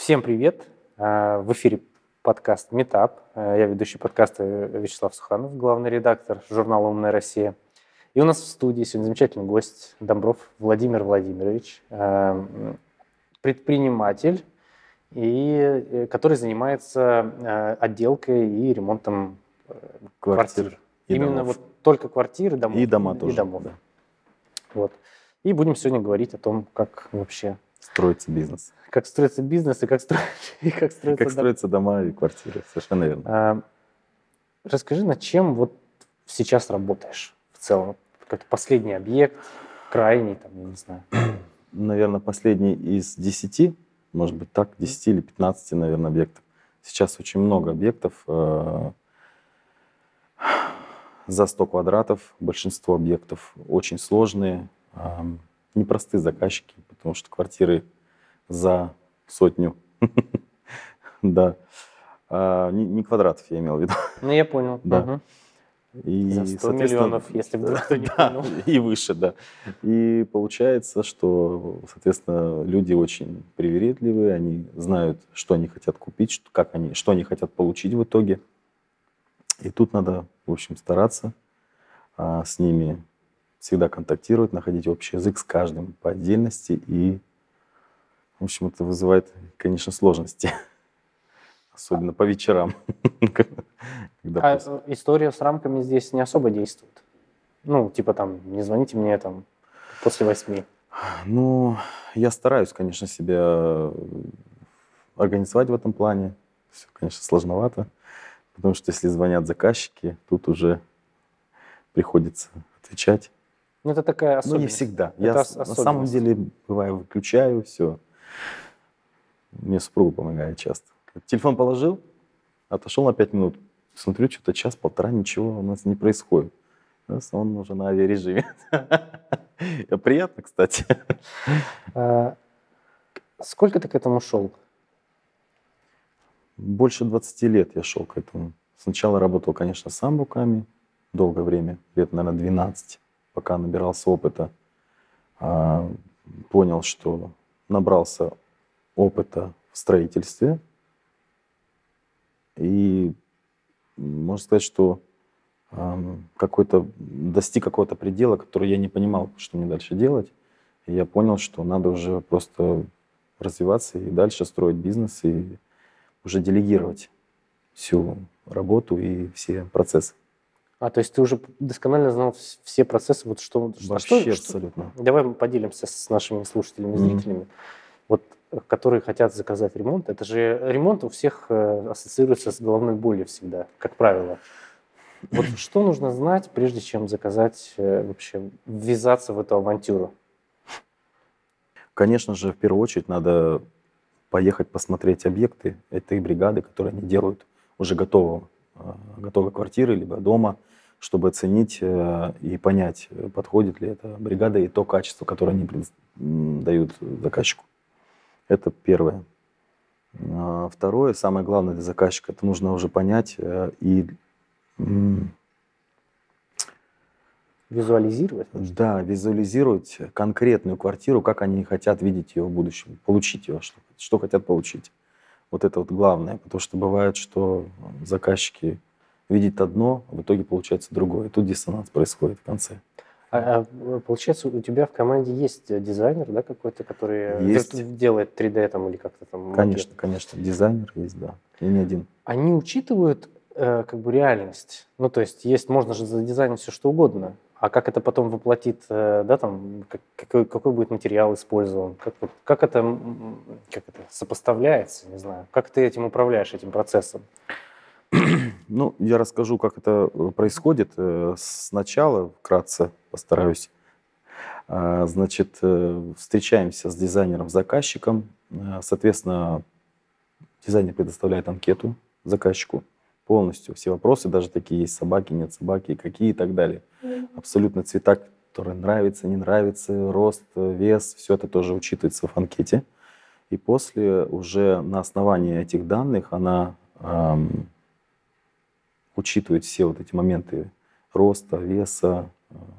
Всем привет! В эфире подкаст «Метап». Я ведущий подкаста Вячеслав Суханов, главный редактор журнала «Умная Россия». И у нас в студии сегодня замечательный гость Домбров Владимир Владимирович, предприниматель, который занимается отделкой и ремонтом квартир. Именно домов. вот только квартиры, домов. И дома тоже. И домов. Да. Вот. И будем сегодня говорить о том, как вообще Строится бизнес. как строится бизнес и как Строятся дома и квартиры. Совершенно верно. Расскажи, над чем вот сейчас работаешь в целом? Какой-то последний объект, крайний, там, я не знаю. Наверное, последний из 10, может быть так, 10 или 15, наверное, объектов. Сейчас очень много объектов. За 100 квадратов большинство объектов очень сложные. Непростые заказчики, потому что квартиры за 100. Да. Не квадратов я имел в виду. Ну, я понял. Да. Угу. И, За 100 миллионов, если вдруг кто не понял. И выше, да. И получается, что, соответственно, люди очень привередливые, они знают, что они хотят купить, что они хотят получить в итоге. И тут надо, в общем, стараться с ними всегда контактировать, находить общий язык с каждым по отдельности. И, в общем, это вызывает, конечно, сложности. Особенно по вечерам. История с рамками здесь не особо действует? Ну, типа там, не звоните мне там после 8. Ну, я стараюсь, конечно, себя организовать в этом плане. Все, конечно, сложновато. Потому что если звонят заказчики, тут уже приходится отвечать. Ну, это такая особенность. Ну, не всегда. Это Я на самом деле, бываю, выключаю все. Мне супруга помогает часто. Телефон положил, отошел на 5 минут. Смотрю, что-то час-полтора, ничего у нас не происходит. Он уже на авиарежиме. Приятно, кстати. Сколько ты к этому шел? Больше 20 лет я шел к этому. Сначала работал, конечно, сам руками. Долгое время, лет, наверное, 12, пока набирался опыта. Понял, что набрался опыта в строительстве. И можно сказать, что достиг какого-то предела, который я не понимал, что мне дальше делать. И я понял, что надо уже просто развиваться и дальше строить бизнес, и уже делегировать всю работу и все процессы. То есть ты уже досконально знал все процессы? Вот что, Вообще абсолютно. Давай мы поделимся с нашими слушателями, зрителями. Вот, которые хотят заказать ремонт. Это же ремонт у всех ассоциируется с головной болью всегда, как правило. Вот что нужно знать, прежде чем заказать, вообще ввязаться в эту авантюру? Конечно же, в первую очередь надо поехать посмотреть объекты этой бригады, которые они делают уже готовые квартиры либо дома, чтобы оценить и понять, подходит ли эта бригада и то качество, которое они дают заказчику. Это первое. Второе, самое главное для заказчика, это нужно уже понять и визуализировать? Да, визуализировать конкретную квартиру, как они хотят видеть ее в будущем, получить ее, что хотят получить. Вот это вот главное, потому что бывает, что заказчики видят одно, а в итоге получается другое. И тут диссонанс происходит в конце. Получается, у тебя в команде есть дизайнер, да, какой-то, который делает 3D там или как-то там? Конечно, дизайнер есть, да, и не один. Они учитывают как бы реальность. Ну, то есть можно же задизайнить все, что угодно. А как это потом воплотит, да, там, какой будет материал использован, как это сопоставляется, не знаю, как ты этим управляешь, этим процессом? Ну, я расскажу, как это происходит. Сначала, вкратце постараюсь. Значит, встречаемся с дизайнером-заказчиком. Соответственно, дизайнер предоставляет анкету заказчику. Полностью все вопросы, даже такие есть: собаки, нет собаки, какие и так далее. Абсолютно цвета, которые нравятся, не нравятся, рост, вес, все это тоже учитывается в анкете. И после уже на основании этих данных она учитывает все вот эти моменты роста, веса,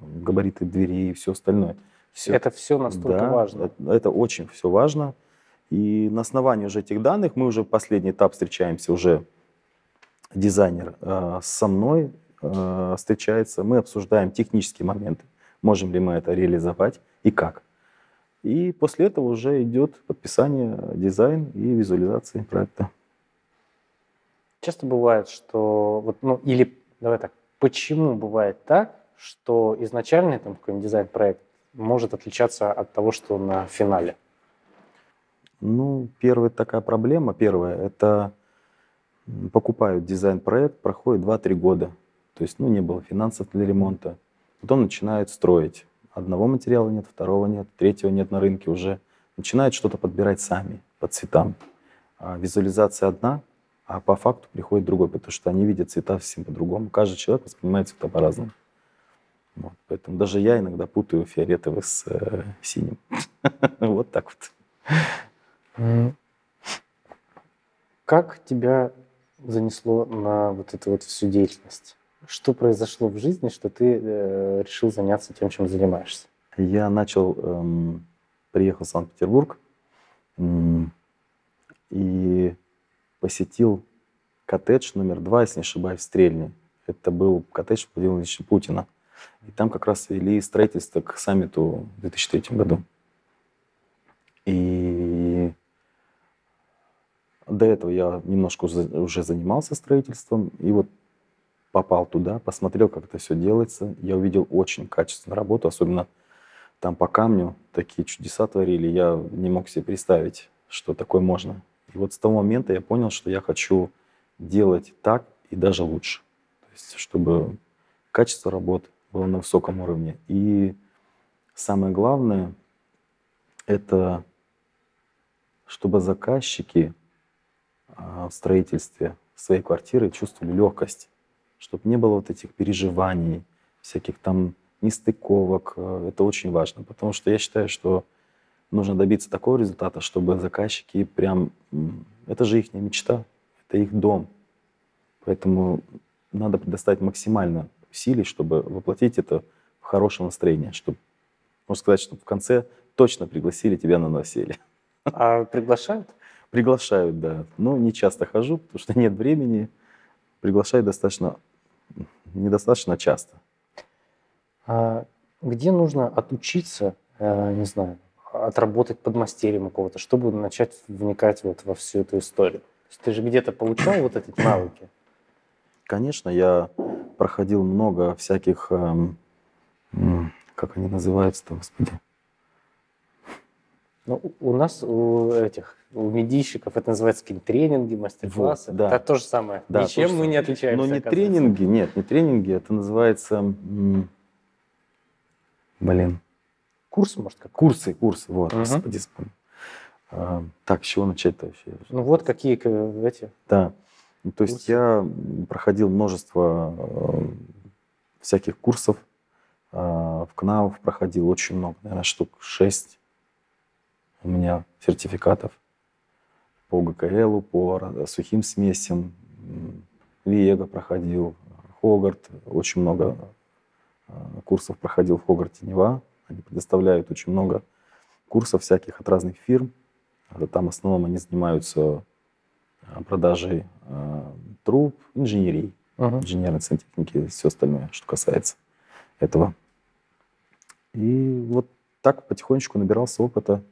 габариты дверей и все остальное. Это все настолько важно. Это очень все важно. И на основании уже этих данных мы уже в последний этап встречаемся, уже дизайнер со мной встречается, мы обсуждаем технические моменты, можем ли мы это реализовать и как. И после этого уже идет подписание, дизайн и визуализация проекта. Часто бывает, что вот, ну, или давай так, почему бывает так, что изначальный там какой-нибудь дизайн-проект может отличаться от того, что на финале? Ну, первая такая проблема, это покупают дизайн-проект, проходит 2-3 года. То есть, ну, не было финансов для ремонта. Потом начинают строить. Одного материала нет, второго нет, третьего нет на рынке уже. Начинают что-то подбирать сами по цветам. А визуализация одна, а по факту приходит другой, потому что они видят цвета совсем по-другому. Каждый человек воспринимает цвета по-разному. Вот, поэтому даже я иногда путаю фиолетовый с синим. Вот так вот. Как тебя занесло на вот эту вот всю деятельность? Что произошло в жизни, что ты решил заняться тем, чем занимаешься? Я приехал в Санкт-Петербург и посетил коттедж номер 2, если не ошибаюсь, в Стрельне. Это был коттедж Владимира Владимировича Путина. И там как раз вели строительство к саммиту в 2003 году. И до этого я немножко уже занимался строительством. И вот попал туда, посмотрел, как это все делается. Я увидел очень качественную работу, особенно там по камню такие чудеса творили. Я не мог себе представить, что такое можно. И вот с того момента я понял, что я хочу делать так и даже лучше. То есть, чтобы качество работы было на высоком уровне. И самое главное, это чтобы заказчики в строительстве своей квартиры чувствовали легкость, чтобы не было вот этих переживаний, всяких там нестыковок. Это очень важно, потому что я считаю, что нужно добиться такого результата, чтобы заказчики прям... Это же их мечта, это их дом. Поэтому надо предоставить максимально усилий, чтобы воплотить это в хорошее настроение, чтобы, можно сказать, что в конце точно пригласили тебя на новоселье. А приглашают? Приглашают, да. Но не часто хожу, потому что нет времени. Приглашают недостаточно часто. А где нужно отучиться, не знаю, отработать подмастерьем у кого-то, чтобы начать вникать вот во всю эту историю? То есть ты же где-то получал вот эти навыки? Конечно, я проходил много всяких, как они называются-то, господи? Ну, у нас, у медийщиков, это называется какие-то тренинги, мастер-классы. Вот, да. Это то же самое. Да, Ничем мы не отличаемся, но не оказывается. тренинги, нет, не тренинги, это называется, Курс, может, как? курсы, вот, господи, вспомнил. Так, с чего начать-то вообще? Ну вот какие эти. Да, то есть курсы. я проходил множество всяких курсов, в КНАУФ проходил очень много, наверное, штук 6 у меня сертификатов по ГКЛу, по сухим смесям, Виего проходил, Хогарт, очень много курсов проходил в Хогарте Нева. Они предоставляют очень много курсов всяких от разных фирм. Там в основном они занимаются продажей труб, инженерии, инженерной сантехники, все остальное, что касается этого. И вот так потихонечку набирался опыта.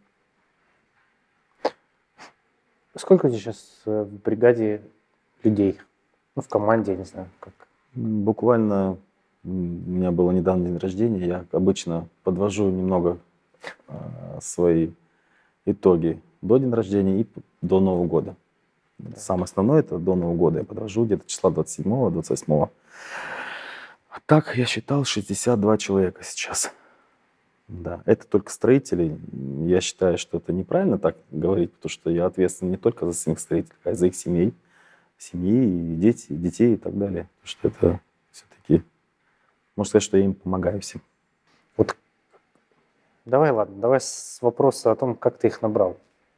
Сколько у тебя сейчас в бригаде людей? Ну, в команде, я не знаю, как. Буквально у меня было недавно день рождения. Я обычно подвожу немного свои итоги до дня рождения и до Нового года. Да. Самое основное это до Нового года я подвожу где-то числа 27-го, 28-го. А так я считал 62 человека сейчас. Да, это только строители. Я считаю, что это неправильно так говорить, потому что я ответственен не только за самих строителей, а и за их семьи, и детей и так далее. Потому что это все-таки, можно сказать, что я им помогаю всем. Вот. Давай с вопроса о том, как ты их набрал.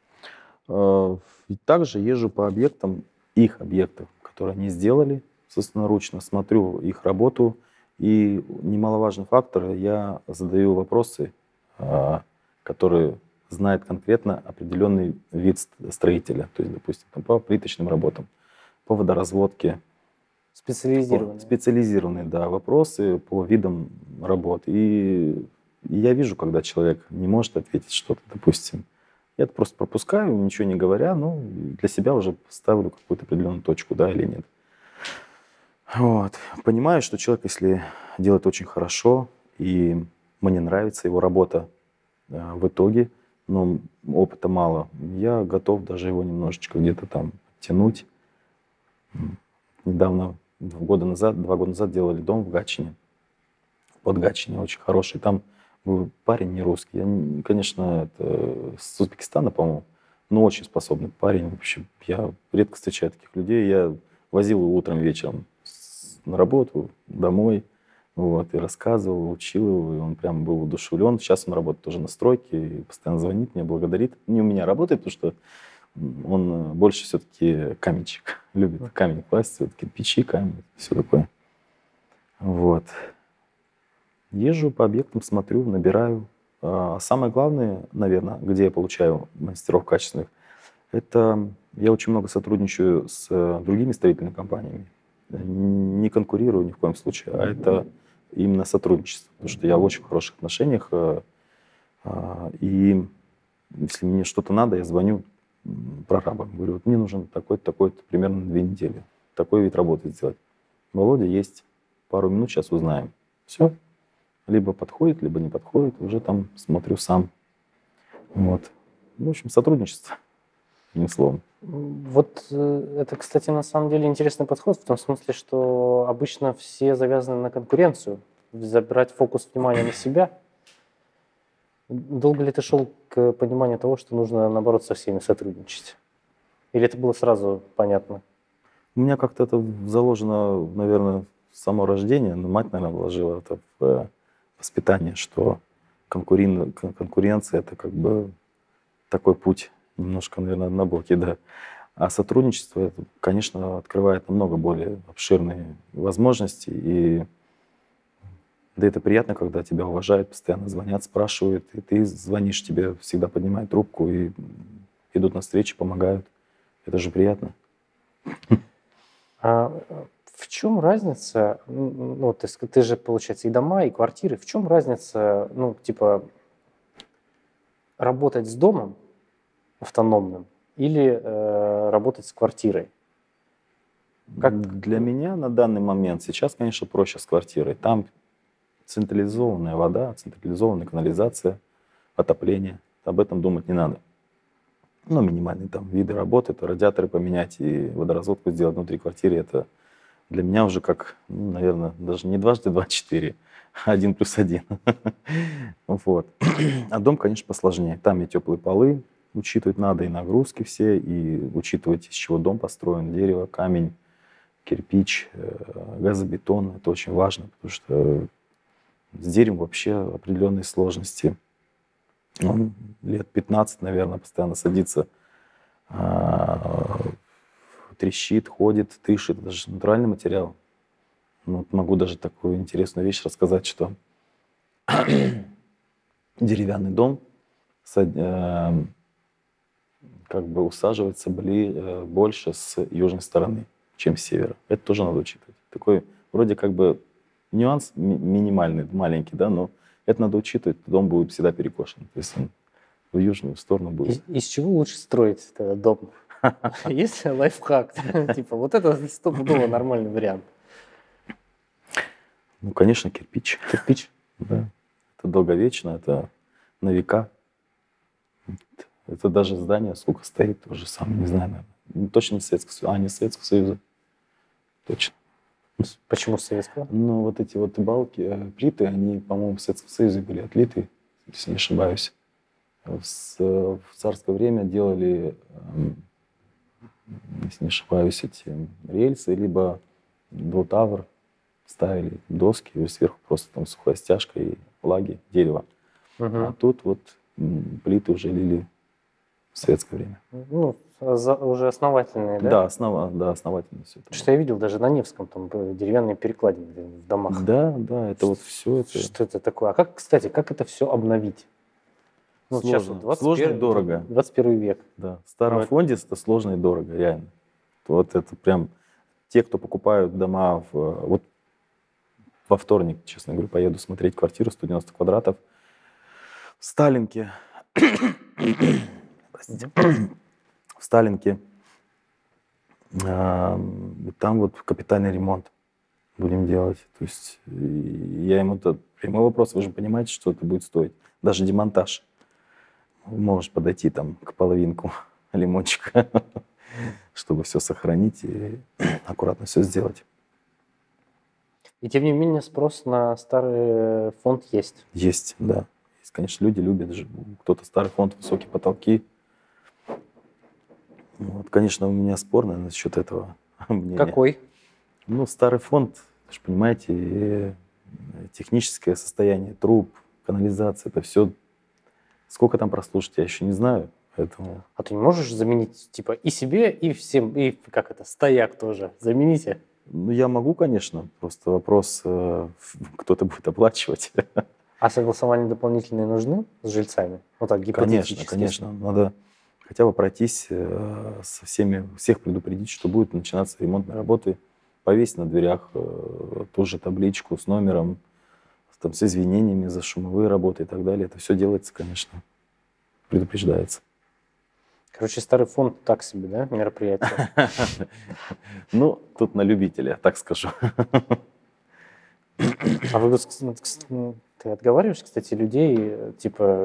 Также езжу по объектам, их объектов, которые они сделали собственноручно, смотрю их работу. И немаловажный фактор, я задаю вопросы, которые знает конкретно определенный вид строителя. То есть, допустим, там, по плиточным работам, по водоразводке. Специализированные, да, вопросы по видам работ. И я вижу, когда человек не может ответить что-то, допустим. Я это просто пропускаю, ничего не говоря, ну, для себя уже ставлю какую-то определенную точку, да, или нет. Вот. Понимаю, что человек, если делает очень хорошо, и мне нравится его работа в итоге, но опыта мало, я готов даже его немножечко где-то там тянуть. Недавно, 2 года назад делали дом в Гатчине. Под Гатчине очень хороший. Там был парень не русский. Конечно, это с Узбекистана, по-моему, но очень способный парень. Вообще, я редко встречаю таких людей. Я возил его утром, вечером на работу, домой. Вот, и рассказывал, учил его, и он прям был удушевлен. Сейчас он работает тоже на стройке, и постоянно звонит мне, благодарит. Не у меня работает, потому что он больше все-таки каменщик. Любит камень класть, все-таки печи, камень, все такое. Вот. Езжу по объектам, смотрю, набираю. Самое главное, наверное, где я получаю мастеров качественных, это я очень много сотрудничаю с другими строительными компаниями. Не конкурирую ни в коем случае, а это именно сотрудничество. Потому что я в очень хороших отношениях. И если мне что-то надо, я звоню прорабам. Говорю, вот мне нужен такой-то, такой-то, примерно 2 недели. Такой вид работы сделать. Володя, есть пару минут, сейчас узнаем. Все. Либо подходит, либо не подходит. Уже там смотрю сам. Вот. В общем, сотрудничество. Одним словом. Вот это, кстати, на самом деле интересный подход в том смысле, что обычно все завязаны на конкуренцию, забирать фокус внимания на себя. Долго ли ты шел к пониманию того, что нужно, наоборот, со всеми сотрудничать? Или это было сразу понятно? У меня как-то это заложено, наверное, с самого рождения. Но мать, наверное, вложила это в воспитание, что конкуренция — это как бы такой путь немножко, наверное, на боке, да. А сотрудничество, это, конечно, открывает намного более обширные возможности. И да, это приятно, когда тебя уважают, постоянно звонят, спрашивают, и ты звонишь, тебе всегда поднимают трубку и идут на встречи, помогают. Это же приятно. А в чем разница, ну, ты же, получается, и дома, и квартиры, в чем разница, ну, типа, работать с домом автономным или работать с квартирой? Для меня на данный момент сейчас, конечно, проще с квартирой. Там централизованная вода, централизованная канализация, отопление. Об этом думать не надо. Ну, минимальные там виды работы, это радиаторы поменять и водоразводку сделать внутри квартиры. Это для меня уже как, ну, наверное, даже не 2 × 2 = 4, а 1+1. Вот. А дом, конечно, посложнее. Там и теплые полы учитывать надо, и нагрузки все, и учитывать, из чего дом построен: дерево, камень, кирпич, газобетон. Это очень важно, потому что с деревом вообще определенные сложности. Он лет 15, наверное, постоянно садится, трещит, ходит, дышит. Это же натуральный материал. Ну, вот могу даже такую интересную вещь рассказать, что деревянный дом как бы усаживается больше с южной стороны, чем с севера. Это тоже надо учитывать. Такой вроде как бы нюанс минимальный, маленький, да, но это надо учитывать, дом будет всегда перекошен. То есть он в южную сторону будет. Из чего лучше строить этот дом? Есть лайфхак? Типа, вот это стопудово нормальный вариант. Ну, конечно, кирпич. Кирпич? Да. Это долговечно, это на века. Это даже здание сколько стоит, тоже сам не знаю, наверное. Точно не Советского Союза. Не Советского Союза. Точно. Почему Советского? Ну, вот эти вот балки, плиты, они, по-моему, в Советском Союзе были отлиты, если не ошибаюсь. В царское время делали, если не ошибаюсь, эти рельсы, либо двутавр, ставили доски, и сверху просто там сухая стяжка и лаги, дерево. А тут вот плиты уже лили в советское время. Ну, уже основательные, да? Да, основательно все. Потому что я видел даже на Невском там деревянные перекладины в домах. Да, это вот все это. Что это такое? А как, кстати, как это все обновить? Ну, сейчас вот Сложно. Сложно и дорого. 21 век. Да. В старом Ну, фонде это сложно и дорого, реально. Вот это прям те, кто покупают дома вот во вторник, честно говоря, поеду смотреть квартиру 190 квадратов в Сталинке. Простите. В Сталинке. И там вот капитальный ремонт будем делать. То есть я ему прямой вопрос, вы же понимаете, что это будет стоить. Даже демонтаж. Можешь подойти там к половинку лимончика, чтобы все сохранить и аккуратно все сделать. И тем не менее спрос на старый фонд есть. Есть, да. Есть, конечно, люди любят. Кто-то старый фонд, высокие потолки. Вот, конечно, у меня спорное насчет этого мнения. Какой? Ну, старый фонд, вы же понимаете, техническое состояние труб, канализация, это все. Сколько там прослушать, я еще не знаю. Поэтому... А ты не можешь заменить, типа, и себе, и всем, и, как это, стояк тоже. Замените. Ну, я могу, конечно. Просто вопрос, кто-то будет оплачивать. А согласования дополнительные нужны с жильцами? Вот так, гипотетически. Конечно. Надо хотя бы пройтись со всеми, всех предупредить, что будет начинаться ремонтные работы, повесить на дверях тоже табличку с номером, там, с извинениями за шумовые работы и так далее. Это все делается, конечно, предупреждается. Короче, старый фонд так себе, да, мероприятие? Ну, тут на любителя, так скажу. А вы, ты отговариваешь, кстати, людей, типа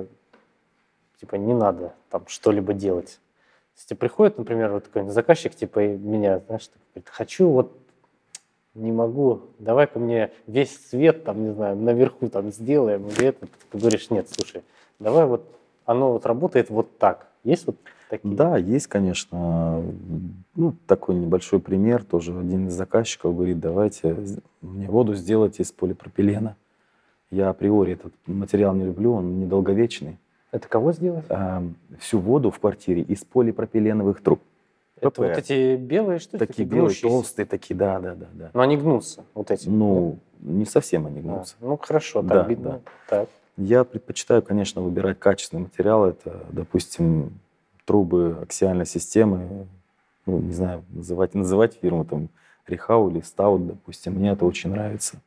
не надо там что-либо делать? Если приходит, например, вот такой заказчик, типа меня, знаешь, говорит, хочу, вот не могу, давай-ка мне весь свет, там, не знаю, наверху там сделаем, или это, ты говоришь, нет, слушай, давай вот оно вот работает вот так. Есть вот такие? Да, есть, конечно. Ну, такой небольшой пример. Тоже один из заказчиков говорит, давайте мне воду сделайте из полипропилена. Я априори этот материал не люблю, он недолговечный. Это кого сделать? Всю воду в квартире из полипропиленовых труб. Это вот эти белые, что ли? Такие белые, толстые такие, да. Но они гнутся, вот эти. Ну, не совсем они гнутся. Ну, хорошо, Да, так видно. да. Так. Я предпочитаю, конечно, выбирать качественный материал. Это, допустим, трубы аксиальной системы. Ну, не знаю, называть фирму там Рихау или Стаут, допустим. Мне это очень нравится.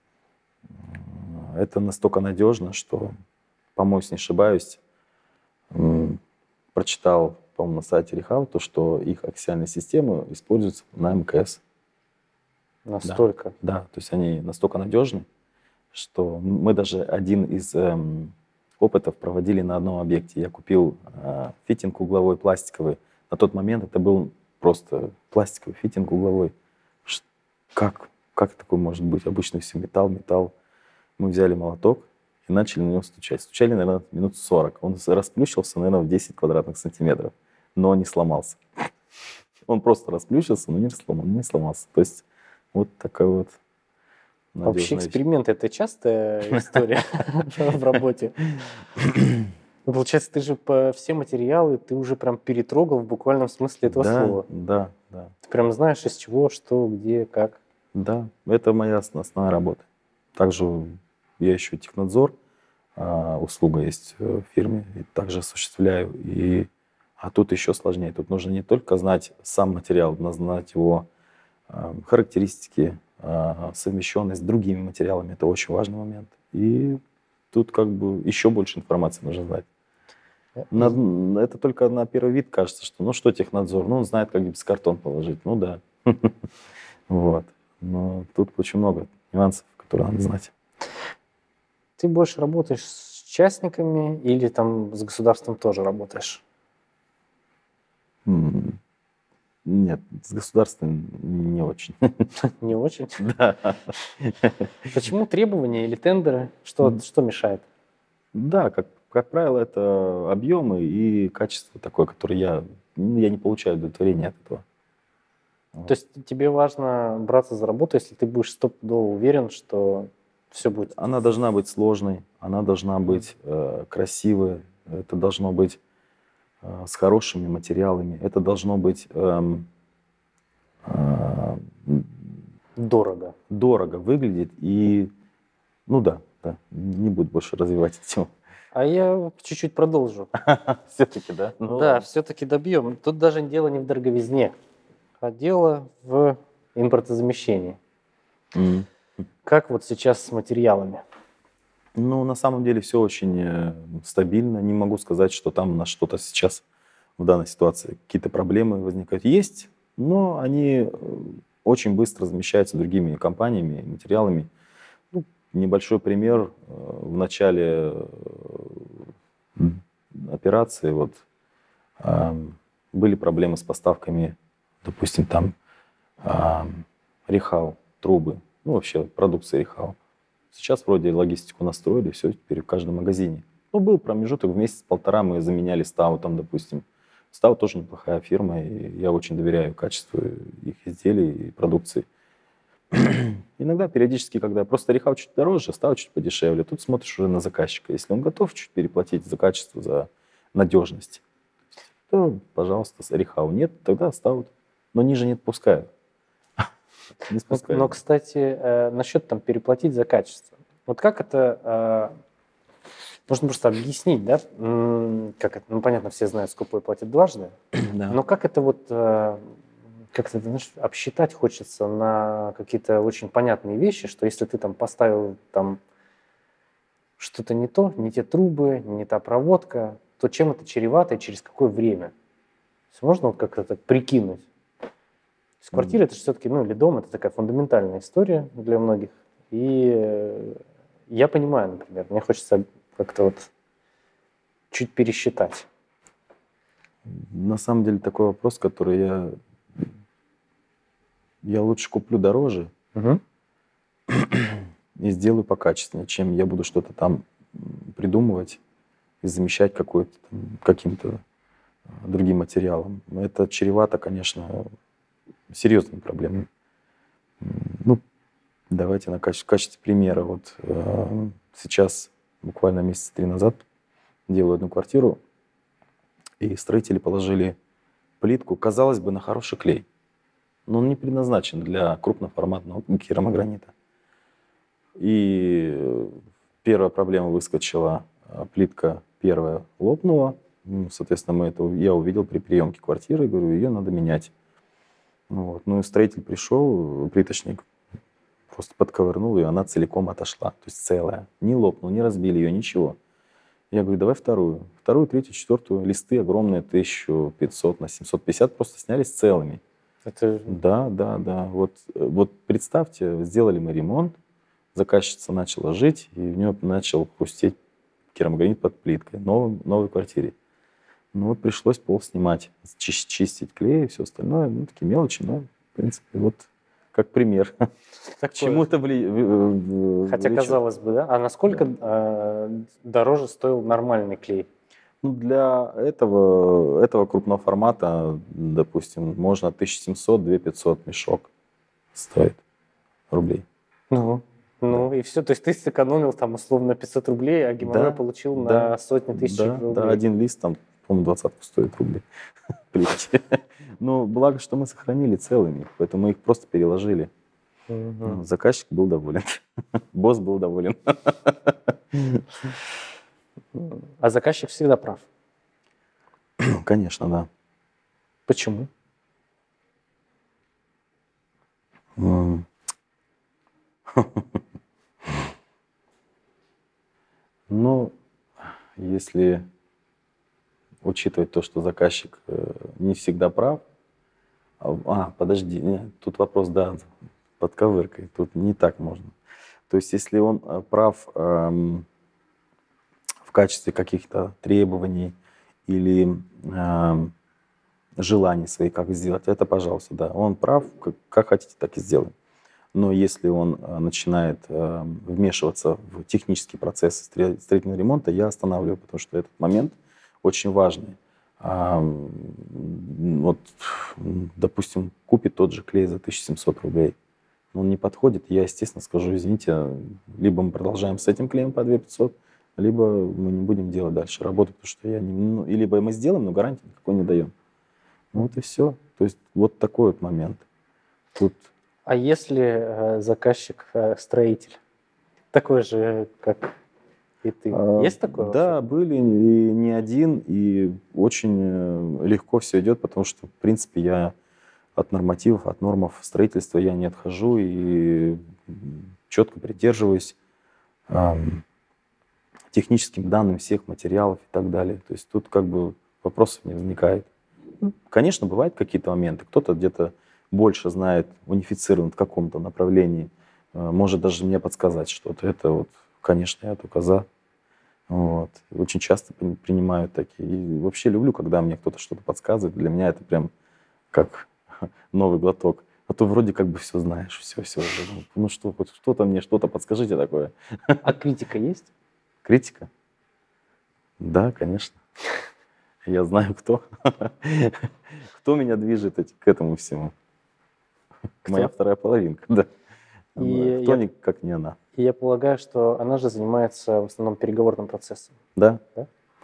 Это настолько надежно, что, по-моему, если не ошибаюсь, прочитал, по-моему, на сайте Рихау, то, что их аксиальные системы используются на МКС. Настолько? Да, то есть они настолько надежны, что мы даже один из опытов проводили на одном объекте. Я купил фитинг угловой пластиковый. На тот момент это был просто пластиковый фитинг угловой. Как такое может быть? Обычно все металл. Мы взяли молоток и начали на него стучать. Стучали, наверное, минут 40. Он расплющился, наверное, в 10 квадратных сантиметров, но не сломался. Он просто расплющился, но не сломался. То есть вот такая вот надежная Вообще вещь. эксперименты — это частая история в работе. Ну, получается, ты же по все материалы ты уже прям перетрогал в буквальном смысле этого слова. Да. Ты прям знаешь, из чего, что, где, как. Да, это моя основная работа. Также я еще технадзор, услуга есть в фирме, и также осуществляю. А тут еще сложнее. Тут нужно не только знать сам материал, но знать его характеристики, совмещенность с другими материалами. Это очень важный момент. И тут как бы еще больше информации нужно знать. Это только на первый вид кажется, что ну что технадзор, ну он знает, как гипсокартон положить. Ну да. Вот. Но тут очень много нюансов, которые надо знать. Ты больше работаешь с частниками или там с государством тоже работаешь? Нет, с государством не очень. Не очень? Да. Почему требования или тендеры? Что мешает? Да, как правило, это объемы и качество такое, которое я не получаю удовлетворения от этого. То есть тебе важно браться за работу, если ты будешь стопудово уверен, что все будет... Она должна быть сложной, она должна быть красивой, это должно быть с хорошими материалами, это должно быть Дорого выглядеть и, ну да, не буду больше развивать эту тему. А я чуть-чуть продолжу. Все-таки, да? Ну, Да, ладно. все-таки добьем. Тут даже дело не в дороговизне, а дело в импортозамещении. М. Как вот сейчас с материалами? Ну, на самом деле все очень стабильно. Не могу сказать, что там у нас что-то сейчас в данной ситуации какие-то проблемы возникают. Есть, но они очень быстро замещаются другими компаниями, материалами. Ну, небольшой пример. В начале операции вот, были проблемы с поставками, допустим, там Рехау, трубы, ну вообще продукция Рехау. Сейчас вроде логистику настроили, все теперь в каждом магазине. Ну, был промежуток, в месяц-полтора мы заменяли Ставу там, допустим. Става тоже неплохая фирма, и я очень доверяю качеству их изделий и продукции. Иногда, периодически, когда просто Рехау чуть дороже, Става чуть подешевле, тут смотришь уже на заказчика. Если он готов чуть переплатить за качество, за надежность, то, пожалуйста, Рехау. Нет, тогда Ставу. Но ниже не отпускаю. Не Но, спускаю. кстати, насчет там переплатить за качество. Вот как это, нужно просто объяснить, да, как это, ну, понятно, все знают, скупой платит дважды, Да. но как это вот, как-то, знаешь, обсчитать хочется на какие-то очень понятные вещи, что если ты там поставил там что-то не то, не те трубы, не та проводка, то чем это чревато и через какое время? То есть можно вот как-то так прикинуть? То есть квартира это же все-таки, ну, или дом, это такая фундаментальная история для многих. И я понимаю, например, мне хочется как-то вот чуть пересчитать. На самом деле такой вопрос, который я лучше куплю дороже Угу. и сделаю покачественнее, чем я буду что-то там придумывать и замещать каким-то другим материалом. Это чревато, конечно, серьезными проблемами. Ну, давайте в качестве примера. Вот сейчас, буквально месяца 3 назад, делаю одну квартиру, и строители положили плитку, казалось бы, на хороший клей. Но он не предназначен для крупноформатного керамогранита. И первая проблема выскочила, плитка первая лопнула. Соответственно, я увидел при приемке квартиры, говорю, ее надо менять. Вот. Ну и строитель пришел, плиточник, просто подковырнул ее, она целиком отошла, то есть целая. Не лопнула, не разбили ее, ничего. Я говорю, давай вторую. Вторую, третью, четвертую. Листы огромные, 1500 на 750 просто снялись целыми. Это Да. Вот представьте, сделали мы ремонт, заказчица начала жить, и в нее начал хрустеть керамогранит под плиткой в новой квартире. Ну вот пришлось пол снимать, чистить клей и все остальное. Ну, такие мелочи, но, в принципе, вот как пример. К такое. чему это Хотя, влечет. казалось бы, да? А насколько дороже стоил нормальный клей? Ну, для этого крупного формата, допустим, можно 1700-2500 мешок стоит рублей. Ну и все. То есть ты сэкономил там условно 500 рублей, а геморрой получил на сотни тысяч рублей. Да, один лист там, по-моему, 20 стоит рублей. Плитки. Ну, благо, что мы сохранили целыми, поэтому мы их просто переложили. Мгм. Заказчик был доволен. Босс был доволен. А заказчик всегда прав. Конечно, да. Почему? М. Ну, если учитывать то, что заказчик не всегда прав. Подожди, нет, тут вопрос, да, под ковыркой. Тут не так можно. То есть, если он прав в качестве каких-то требований или желаний своих, как сделать, это, пожалуйста, да. Он прав, как хотите, так и сделаем. Но если он начинает вмешиваться в технические процессы строительного ремонта, я останавливаю, потому что этот момент очень важный. Вот, допустим, купит тот же клей за 1700 рублей. Он не подходит, я, естественно, скажу, извините, либо мы продолжаем с этим клеем по 2500, либо мы не будем делать дальше работу, потому что и либо мы сделаем, но гарантии никакой не даем. Вот и все. То есть вот такой вот момент. Тут А если заказчик строитель, такой же, как И ты. Есть такое Да, вообще? были и не один, и очень легко все идет, потому что, в принципе, я от нормативов, от нормов строительства я не отхожу и четко придерживаюсь техническим данным всех материалов и так далее. То есть тут как бы вопросов не возникает. Конечно, бывают какие-то моменты. Кто-то где-то больше знает, унифицирован в каком-то направлении, может даже мне подсказать что-то. Это вот, конечно, я только за. Вот. Очень часто принимаю такие. И вообще люблю, когда мне кто-то что-то подсказывает. Для меня это прям как новый глоток. А то вроде как бы все знаешь, все. Ну что, хоть что-то мне, что-то подскажите такое. А критика есть? Критика? Да, конечно. Я знаю, кто. Кто меня движет к этому всему. Моя Кто? вторая половинка, да. И Кто, я, как не она. и я полагаю, что она же занимается в основном переговорным процессом, Да. да?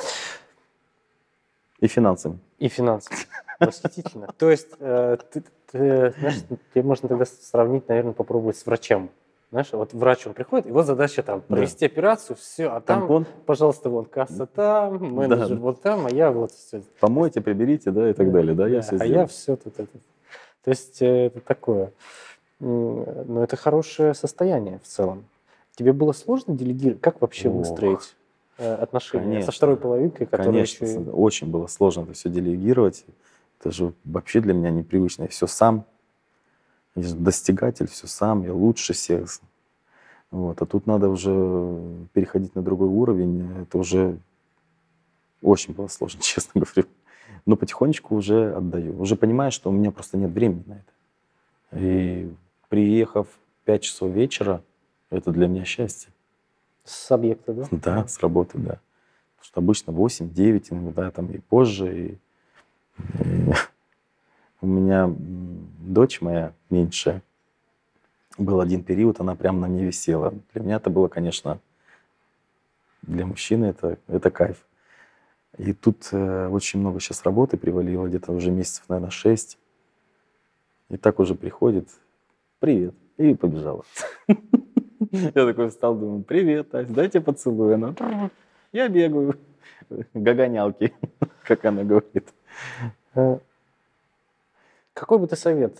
И финансами. И финансами. Восхитительно. То есть, знаешь, тебе можно тогда сравнить, наверное, попробовать с врачом. Знаешь, вот врач, он приходит, его задача там Да. провести операцию, все, а там, Тампон. пожалуйста, вон касса там, менеджер Да. вот там, а я вот все. Помойте, приберите, да, и так далее. Да, я Да, все а я сделаю. все тут это. То есть это такое. Но это хорошее состояние в целом. Тебе было сложно делегировать? Как вообще Ох, выстроить отношения со конечно. второй половинкой, которая Конечно, еще и... очень было сложно это все делегировать. Это же вообще для меня непривычно. Я все сам. Я же достигатель, все сам. Я лучше всех. Вот. А тут надо уже переходить на другой уровень. Это уже очень было сложно, честно говорю. Но потихонечку уже отдаю. Уже понимаю, что у меня просто нет времени на это. И приехав в 5 часов вечера, это для меня счастье. С объекта, да? Да, с работы, да. Потому что обычно 8-9, иногда там и позже. И у меня дочь моя меньшая, был один период, она прямо на мне висела. Для меня это было, конечно, для мужчины это кайф. И тут очень много сейчас работы привалило, где-то уже месяцев, наверное, 6. И так уже приходит: привет, и побежала. Я такой встал, думаю: привет, Ась, дайте поцелуй. Она: я бегаю. Гогонялки, как она говорит. Э, Какой бы ты совет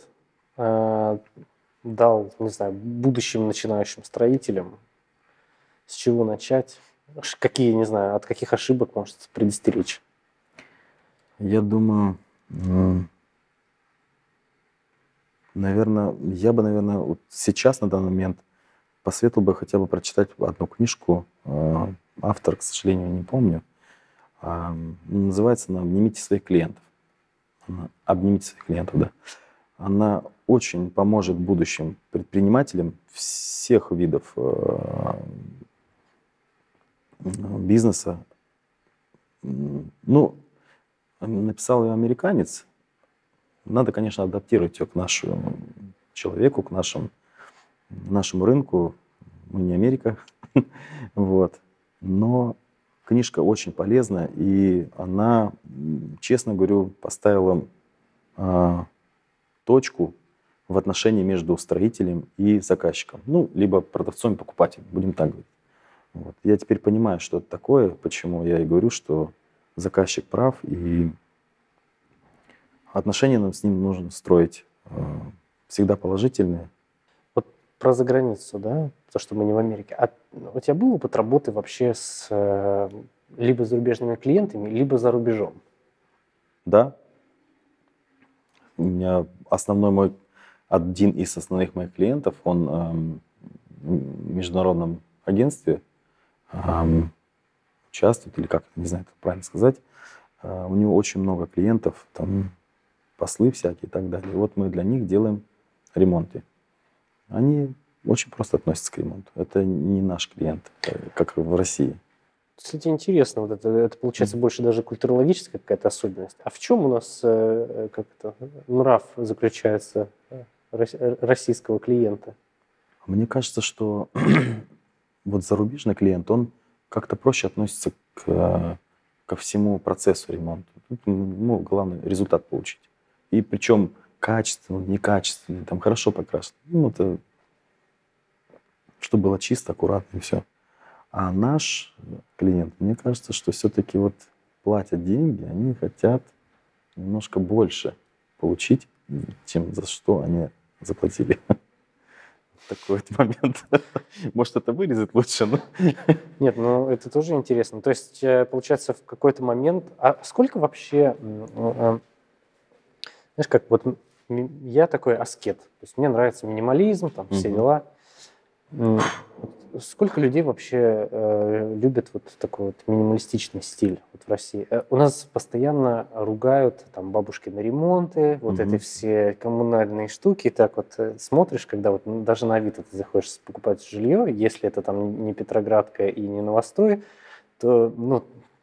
дал, не знаю, будущим начинающим строителям? С чего начать? Какие, не знаю, от каких ошибок может предостеречь? Я думаю, наверное, я бы, наверное, вот сейчас, на данный момент, посоветовал бы хотя бы прочитать одну книжку. Автор, к сожалению, не помню. Называется она «Обнимите своих клиентов». «Обнимите своих клиентов», да. Она очень поможет будущим предпринимателям всех видов бизнеса. Ну, написал ее американец. Надо, конечно, адаптировать ее к нашему человеку, к нашему рынку. Мы не Америка. Вот. Но книжка очень полезная, и она, честно говорю, поставила точку в отношении между строителем и заказчиком. Ну, либо продавцом и покупателем, будем так говорить. Вот. Я теперь понимаю, что это такое, почему я и говорю, что заказчик прав, и отношения нам с ним нужно строить всегда положительные. Вот про заграницу, да, то, что мы не в Америке. А у тебя был опыт работы вообще с либо зарубежными клиентами, либо за рубежом? Да, у меня один из основных моих клиентов, он в международном агентстве участвует, или как, не знаю, как правильно сказать. У него очень много клиентов, там послы всякие и так далее. И вот мы для них делаем ремонты. Они очень просто относятся к ремонту. Это не наш клиент, как в России. Кстати, интересно, вот это получается больше даже культурологическая какая-то особенность. А в чем у нас нрав заключается российского клиента? Мне кажется, что вот зарубежный клиент, он как-то проще относится ко всему процессу ремонта. Тут, главное результат получить. И причем качественный, некачественный, там хорошо покрашен. Это чтобы было чисто, аккуратно и все. А наш клиент, мне кажется, что все-таки вот платят деньги, они хотят немножко больше получить, чем за что они заплатили. Такой вот момент. Может, это вырезать лучше, но... Нет, ну это тоже интересно. То есть, получается, в какой-то момент... А сколько вообще... Знаешь, как вот я такой аскет. То есть мне нравится минимализм, там все дела. Сколько людей вообще любят вот такой вот минималистичный стиль вот в России? У нас постоянно ругают там бабушки на ремонты, вот эти все коммунальные штуки. И так вот смотришь, когда вот даже на Авито ты заходишь покупать жилье, если это там не Петроградка и не Новострой, то, ну,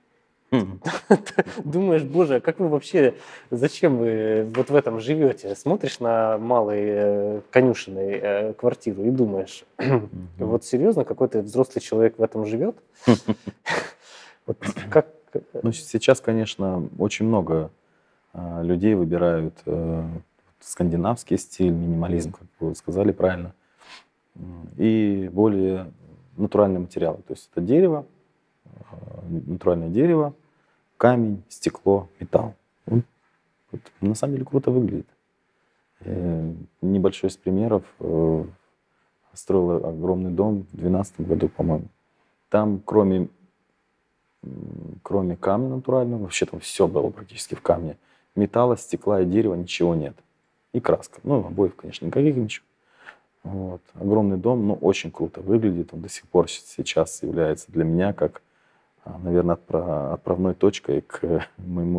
думаешь, боже, а как вы вообще, зачем вы вот в этом живете? Смотришь на малой конюшенной квартиру и думаешь, вот серьезно, какой-то взрослый человек в этом живет? Вот как... Ну, сейчас, конечно, очень много людей выбирают скандинавский стиль, минимализм, как вы сказали правильно, и более натуральные материалы. То есть это дерево, натуральное дерево, камень, стекло, металл. Вот, на самом деле круто выглядит. Небольшой из примеров. Строил огромный дом в 2012 году, по-моему. Там, кроме камня натурального, вообще там все было практически в камне. Металла, стекла и дерева ничего нет. И краска. Ну, обоев, конечно, никаких ничего. Вот. Огромный дом, но очень круто выглядит. Он до сих пор сейчас является для меня как, наверное, отправной точкой к моему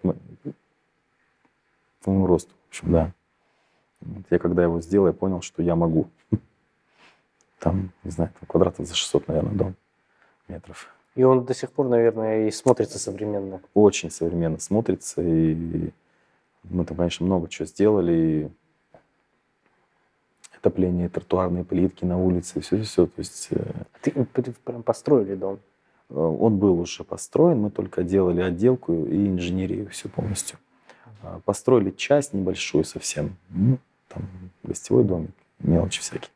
росту. В общем, да. Вот я когда его сделал, я понял, что я могу. Там, не знаю, там квадратов за 600, наверное, дом метров. И он до сих пор, наверное, и смотрится современно. Очень современно смотрится. И мы там, конечно, много чего сделали. И отопление, тротуарные плитки на улице, все. То есть, Ты прям построили дом? Он был уже построен, мы только делали отделку и инженерию все полностью. Построили часть небольшую совсем. Ну, там гостевой домик, мелочи всякие.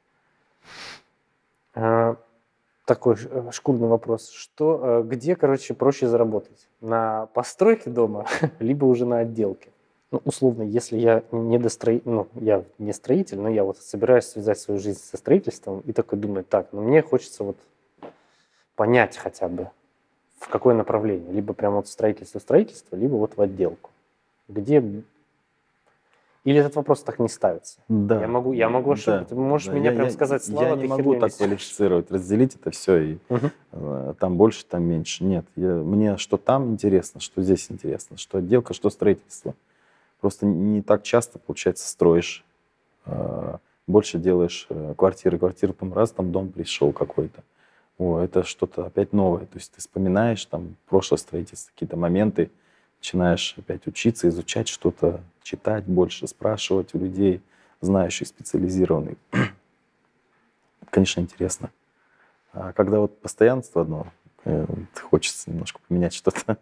Такой шкурный вопрос. Где, короче, проще заработать? На постройке дома, либо уже на отделке? Ну, условно, если я я не строитель, но я вот собираюсь связать свою жизнь со строительством и такой думаю, так, ну мне хочется вот понять хотя бы, в какое направление. Либо прямо вот строительство, либо вот в отделку. Где... Или этот вопрос так не ставится? Да. Я могу ошибиться. Ты можешь меня прям сказать, Слава, я не могу так квалифицировать, разделить это все, и там больше, там меньше. Нет, мне что там интересно, что здесь интересно, что отделка, что строительство. Просто не так часто, получается, строишь, больше делаешь квартиры, там раз, там дом пришел какой-то. Это что-то опять новое. То есть ты вспоминаешь там прошлое строительство, какие-то моменты, начинаешь опять учиться, изучать что-то, читать больше, спрашивать у людей, знающих, специализированных. Конечно, интересно. А когда вот постоянство одно, хочется немножко поменять что-то.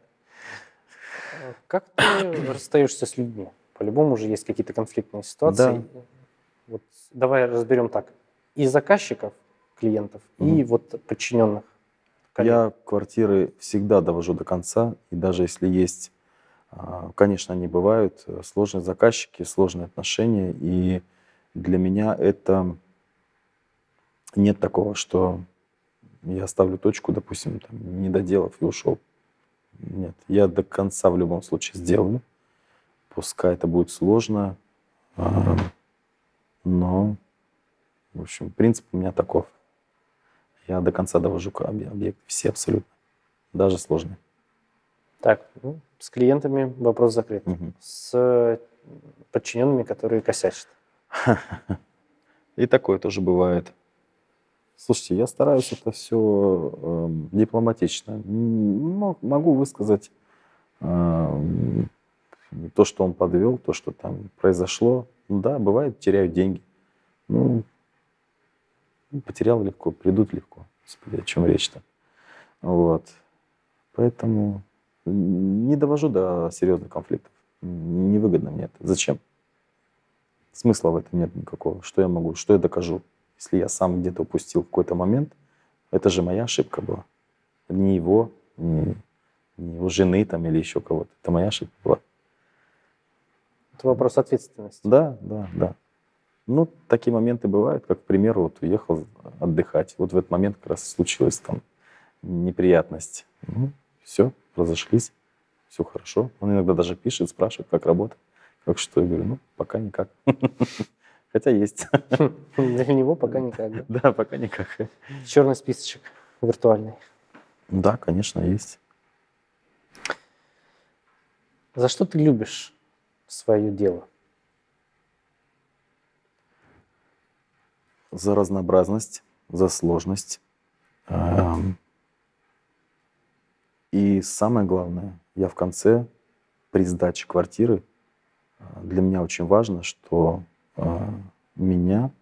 Как ты расстаешься с людьми? По-любому же есть какие-то конфликтные ситуации. Да. Вот давай разберем так. И заказчиков, клиентов, и вот подчиненных. Я квартиры всегда довожу до конца, и даже если есть, конечно, они бывают, сложные заказчики, сложные отношения, и для меня это нет такого, что я ставлю точку, допустим, там, не доделав и ушел. Нет, я до конца в любом случае сделаю, пускай это будет сложно, но, в общем, принцип у меня таков. Я до конца довожу объект, все абсолютно, даже сложные. Так, с клиентами вопрос закрыт. С подчиненными, которые косячат. И такое тоже бывает. Слушайте, я стараюсь это все дипломатично. Могу высказать то, что он подвел, то, что там произошло. Да, бывает, теряют деньги. Потерял легко, придут легко. Господи, о чем речь-то? Вот. Поэтому не довожу до серьезных конфликтов. Невыгодно мне это. Зачем? Смысла в этом нет никакого. Что я могу, что я докажу? Если я сам где-то упустил в какой-то момент, Это же моя ошибка была. Не его, не его жены там или еще кого-то. Это моя ошибка была. Это вопрос ответственности. Да. Ну, такие моменты бывают, как, к примеру, вот уехал отдыхать. Вот в этот момент как раз и случилась там неприятность. Ну, все, разошлись, все хорошо. Он иногда даже пишет, спрашивает, как работа, как что. Я говорю, ну, пока никак. Хотя есть. Для него пока никак, да? Да, пока никак. Черный списочек виртуальный. Да, конечно, есть. За что ты любишь свое дело? За разнообразность, за сложность. И самое главное, я в конце, при сдаче квартиры, для меня очень важно, что меня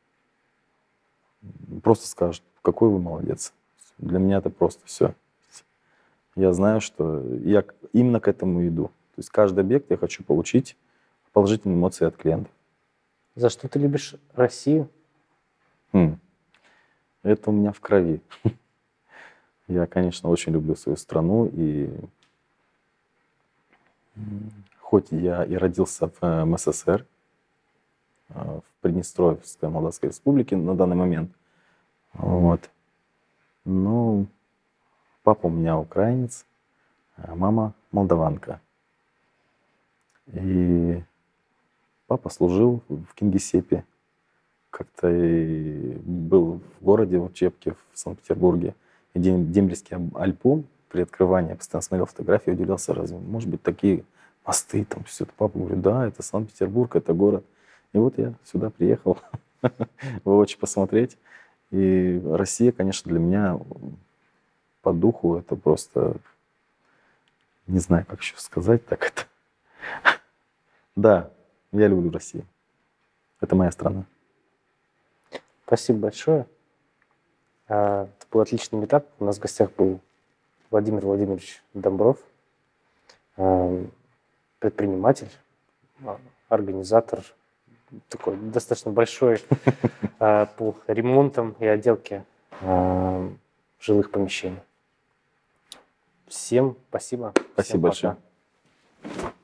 просто скажут, какой вы молодец. Для меня это просто все. Я знаю, что я именно к этому иду. То есть каждый объект я хочу получить положительные эмоции от клиента. За что ты любишь Россию? Это у меня в крови. Я, конечно, очень люблю свою страну, и хоть я и родился в СССР, в Приднестровской Молдавской Республике на данный момент, вот, но папа у меня украинец, а мама молдаванка. И папа служил в Кингисеппе, как-то и был в городе, в Чепке, в Санкт-Петербурге. И Дембельский альбом при открывании, я постоянно смотрел фотографии, удивлялся, разве может быть такие мосты, там все это. Папа говорит, да, это Санкт-Петербург, это город. И вот я сюда приехал воочию посмотреть. И Россия, конечно, для меня по духу это просто, не знаю, как еще сказать так это. Да, я люблю Россию. Это моя страна. Спасибо большое. Это был отличный митап. У нас в гостях был Владимир Владимирович Домбров, предприниматель, организатор, такой достаточно большой по ремонтам и отделке жилых помещений. Всем спасибо. Спасибо большое. Пока.